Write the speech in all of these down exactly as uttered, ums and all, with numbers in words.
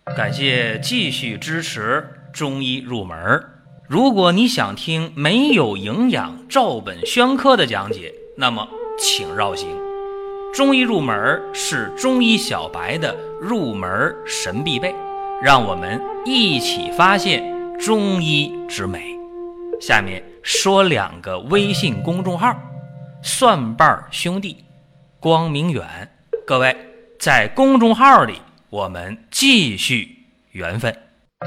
感谢继续支持中医入门。如果你想听没有营养照本宣科的讲解，那么请绕行。中医入门是中医小白的入门神必备，让我们一起发现中医之美。下面说两个微信公众号：蒜瓣兄弟、光明远。各位在公众号里，我们继续缘分。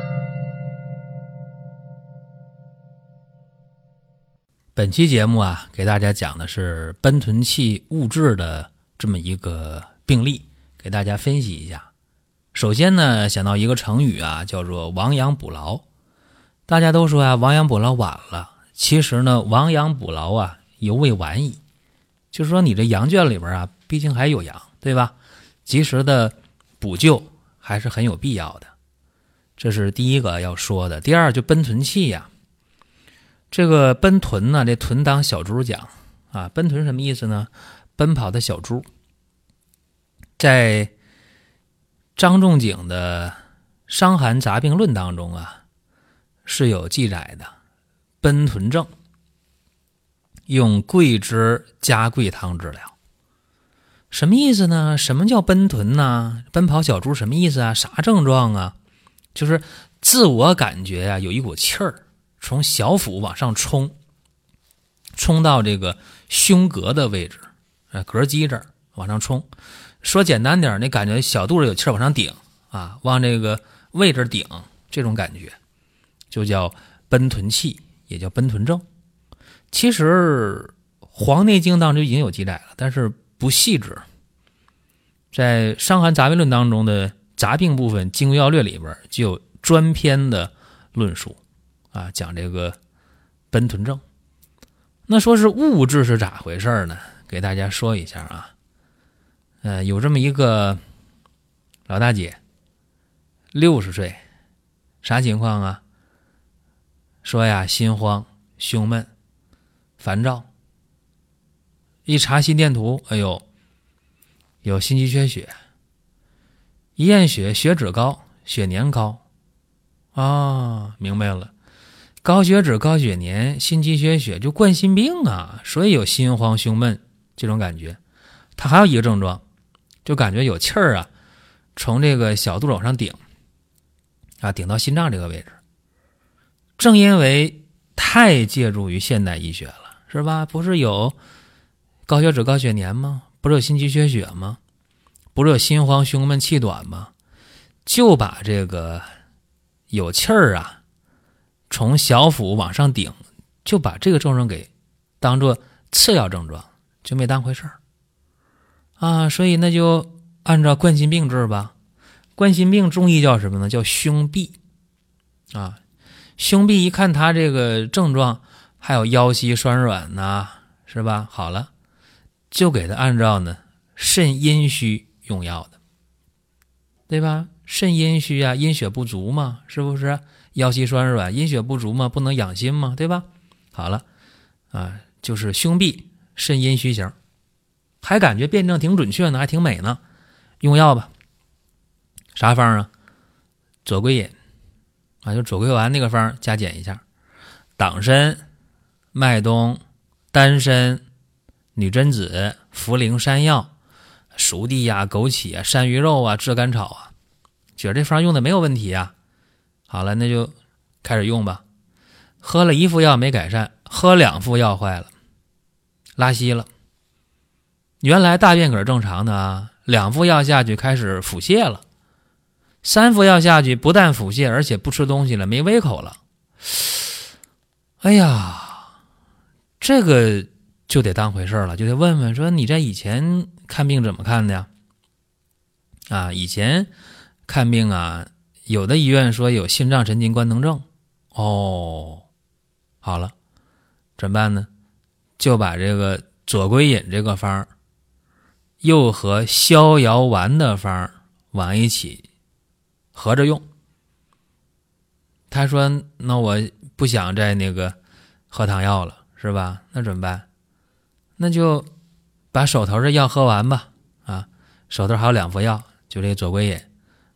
本期节目啊，给大家讲的是奔豚气误治的这么一个病例，给大家分析一下。首先呢，想到一个成语啊，叫做亡羊补牢。大家都说啊，亡羊补牢晚了，其实呢，亡羊补牢啊，犹未晚矣。就是说你这羊圈里边啊，毕竟还有羊，对吧？及时的补救还是很有必要的，这是第一个要说的。第二，就奔豚气呀、啊，这个奔豚呢，这豚当小猪讲啊，奔豚什么意思呢？奔跑的小猪。在张仲景的《伤寒杂病论》当中啊，是有记载的，奔豚症用桂枝加桂汤治疗。什么意思呢？什么叫奔豚呢？奔跑小猪什么意思啊？啥症状啊？就是自我感觉啊，有一股气儿从小腹往上冲，冲到这个胸膈的位置，呃，膈肌这儿往上冲。说简单点，那感觉小肚子有气儿往上顶啊，往这个位置顶，这种感觉就叫奔豚气，也叫奔豚症。其实《黄帝内经》当中已经有记载了，但是不细致。在《伤寒杂病论》当中的杂病部分经络要略里边就有专篇的论述啊，讲这个奔豚症。那说是误治是咋回事呢？给大家说一下啊。呃，有这么一个老大姐，六十岁，啥情况啊？说呀，心慌、胸闷、烦躁。一查心电图，哎呦，有心肌缺血。一验血，血脂高，血粘高。啊，明白了，高血脂、高血粘、心肌缺血，就冠心病啊，所以有心慌、胸闷这种感觉。他还有一个症状，就感觉有气儿啊，从这个小肚子往上顶啊，顶到心脏这个位置。正因为太借助于现代医学了，是吧？不是有高血脂、高血粘吗？不是有心肌缺血吗？不是有心慌、胸闷、气短吗？就把这个有气儿啊，从小腹往上顶，就把这个症状给当作次要症状，就没当回事儿啊。所以那就按照冠心病治吧。冠心病中医叫什么呢？叫胸痹啊。胸痹一看他这个症状，还有腰膝酸软呐、啊，是吧？好了，就给他按照呢肾阴虚用药的，对吧？肾阴虚啊，阴血不足嘛，是不是？腰膝酸软，阴血不足嘛，不能养心嘛，对吧？好了啊，就是胸痹肾阴虚型，还感觉辩证挺准确呢，还挺美呢。用药吧，啥方啊？左归饮啊，就左归丸那个方加减一下，党参、麦冬、丹参、女贞子、茯苓、山药、熟地呀、枸杞啊、山萸肉啊、炙甘草啊，觉得这方用的没有问题啊。好了，那就开始用吧。喝了一副药没改善，喝两副药坏了，拉稀了。原来大便可正常的啊，两副药下去开始腹泻了，三副药下去不但腹泻，而且不吃东西了，没胃口了。哎呀，这个就得当回事了，就得问问说你在以前看病怎么看的呀？啊，以前看病啊，有的医院说有心脏神经官能症。哦，好了，怎么办呢？就把这个左归饮这个方又和逍遥丸的方往一起合着用。他说那我不想再那个喝汤药了，是吧？那怎么办？那就把手头的药喝完吧。啊，手头还有两副药，就这个左归饮，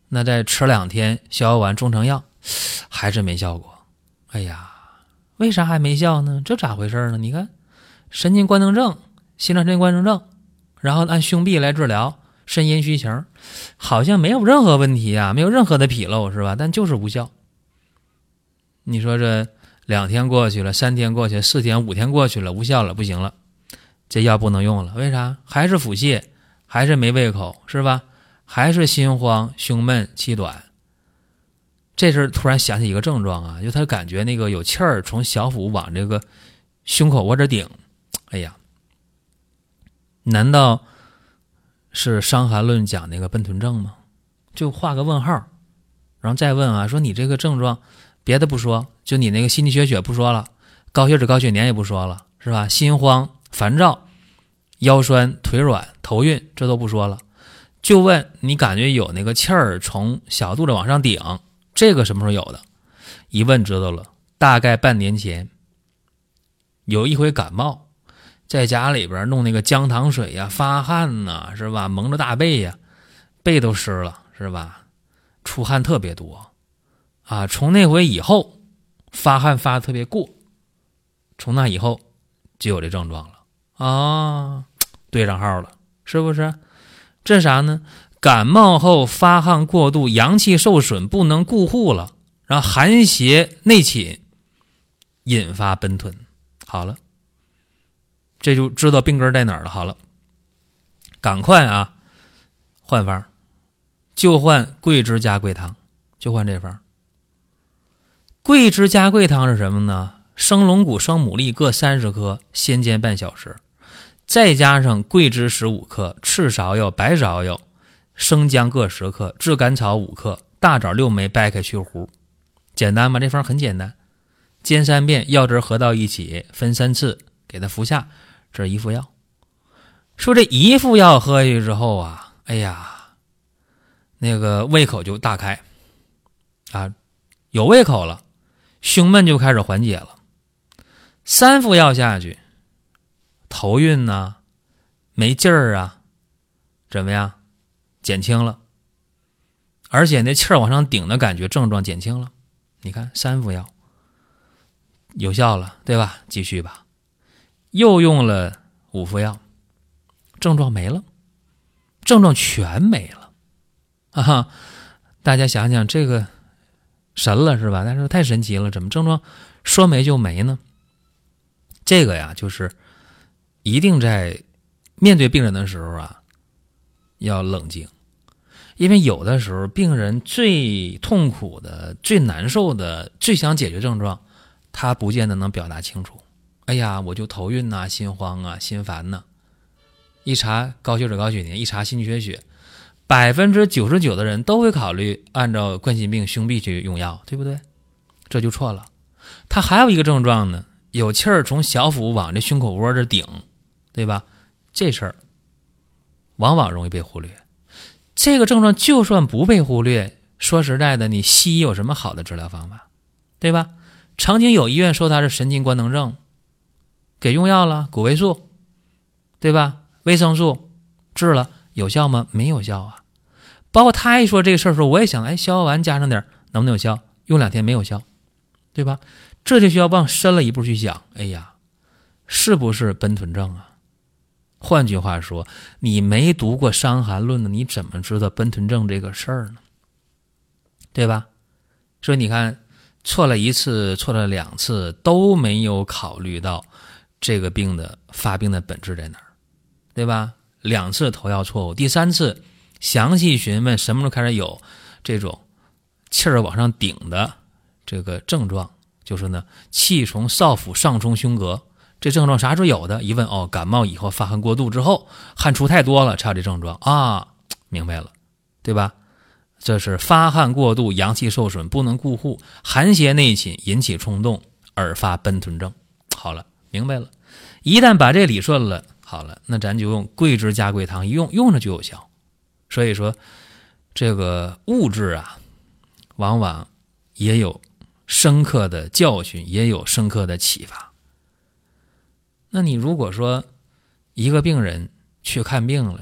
那再吃两天逍遥丸中成药，还是没效果。哎呀，为啥还没效呢？这咋回事呢？你看，神经官能症、心脏神经官能症，然后按胸壁来治疗，肾阴虚情，好像没有任何问题啊，没有任何的纰漏，是吧？但就是无效。你说这两天过去了，三天过去了，四天五天过去了，无效了，不行了，这药不能用了。为啥？还是腹泻，还是没胃口，是吧？还是心慌、胸闷、气短。这时突然想起一个症状啊，就他感觉那个有气儿从小腹往这个胸口窝这顶。哎呀，难道是《伤寒论》讲那个奔豚症吗？就画个问号，然后再问啊，说你这个症状别的不说，就你那个心肌缺血不说了，高血脂高血粘也不说了，是吧？心慌烦躁、腰酸腿软头晕这都不说了，就问你感觉有那个气儿从小肚子往上顶，这个什么时候有的？一问知道了，大概半年前有一回感冒，在家里边弄那个姜糖水呀，发汗呐，是吧？蒙着大背呀，背都湿了，是吧？出汗特别多啊。从那回以后发汗发得特别过，从那以后就有这症状了啊，对上号了，是不是？这啥呢？感冒后发汗过度，阳气受损，不能固护了，然后寒邪内侵，引发奔豚。好了，这就知道病根在哪儿了。好了，赶快啊，换方，就换桂枝加桂汤，就换这方。桂枝加桂汤是什么呢？生龙骨、生牡蛎各三十克，先煎半小时，再加上桂枝十五克，赤芍药、白芍药、生姜各十克，炙甘草五克，大枣六枚，掰开去核。简单吗？这方很简单，煎三遍，药汁合到一起，分三次给它服下，这是一副药。说这一副药喝下去之后啊，哎呀，那个胃口就大开啊，有胃口了，胸闷就开始缓解了。三副药下去，头晕呐、啊，没劲儿啊，怎么样？减轻了，而且那气儿往上顶的感觉症状减轻了。你看三副药有效了，对吧？继续吧。又用了五副药，症状没了，症状全没了啊哈！大家想想，这个神了是吧？但是太神奇了，怎么症状说没就没呢？这个呀，就是一定在面对病人的时候啊，要冷静。因为有的时候病人最痛苦的、最难受的、最想解决症状，他不见得能表达清楚。哎呀，我就头晕呐、心慌啊、心烦呐、一查高血脂高血粘，一查心缺血，百分之九十九的人都会考虑按照冠心病胸壁去用药，对不对？这就错了。他还有一个症状呢，有气儿从小腹往这胸口窝这顶，对吧？这事儿往往容易被忽略。这个症状就算不被忽略，说实在的，你西医有什么好的治疗方法，对吧？曾经有医院说他是神经官能症，给用药了，谷维素，对吧？维生素治了，有效吗？没有效啊。包括他一说这个事儿的时候，我也想，哎，逍遥丸加上点能不能有效？用两天没有效，对吧？这就需要往深了一步去想，哎呀，是不是奔豚症啊？换句话说，你没读过《伤寒论》的，你怎么知道奔豚症这个事儿呢？对吧？所以你看，错了一次，错了两次，都没有考虑到这个病的发病的本质在哪儿，对吧？两次投药错误，第三次详细询问什么时候开始有这种气儿往上顶的这个症状，就是呢，气从少腹上冲胸膈。这症状啥时候有的？一问哦，感冒以后发汗过度之后，汗出太多了，才有这症状啊，明白了，对吧？这是发汗过度，阳气受损，不能固护，寒邪内侵，引起冲动，而发奔豚症。好了，明白了。一旦把这理顺了，好了，那咱就用桂枝加桂汤，一用用着就有效。所以说，这个物质啊，往往也有深刻的教训，也有深刻的启发。那你如果说一个病人去看病了，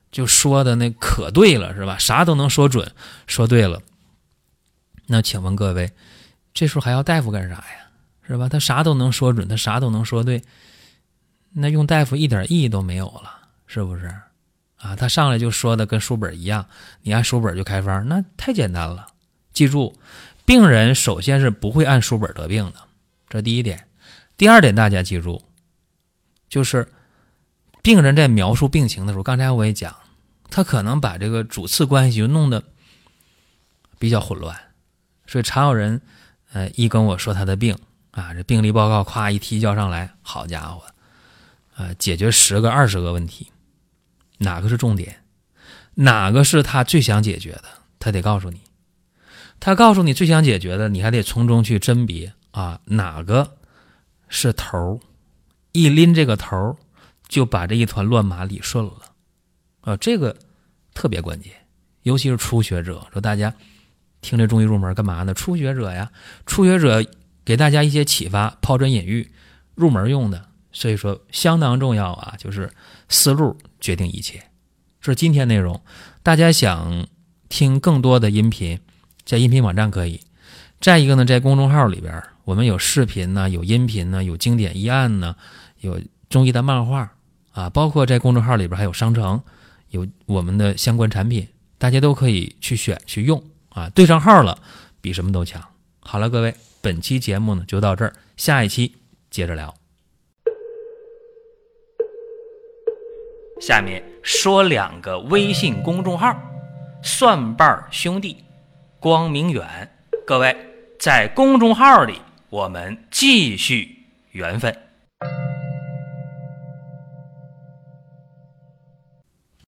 就说的那可对了，是吧？啥都能说准，说对了。那请问各位，这时候还要大夫干啥呀？是吧？他啥都能说准，他啥都能说对，那用大夫一点意义都没有了，是不是？啊，他上来就说的跟书本一样，你按书本就开方，那太简单了。记住，病人首先是不会按书本得病的，这第一点。第二点，大家记住，就是病人在描述病情的时候，刚才我也讲，他可能把这个主次关系就弄得比较混乱，所以常有人呃一跟我说他的病啊，这病历报告咵一提交上来，好家伙，呃解决十个二十个问题，哪个是重点？哪个是他最想解决的？他得告诉你。他告诉你最想解决的，你还得从中去甄别啊，哪个是头，一拎这个头就把这一团乱麻理顺了啊，这个特别关键。尤其是初学者，说大家听这中医入门干嘛呢？初学者呀，初学者给大家一些启发，抛砖引玉，入门用的，所以说相当重要啊，就是思路决定一切。这是今天内容，大家想听更多的音频，在音频网站可以。再一个呢，在公众号里边，我们有视频呢，有音频呢，有经典医案呢，有中医的漫画啊，包括在公众号里边还有商城，有我们的相关产品，大家都可以去选去用啊，对上号了，比什么都强。好了，各位，本期节目呢就到这儿，下一期接着聊。下面说两个微信公众号，蒜瓣兄弟、光明远。各位在公众号里，我们继续缘分。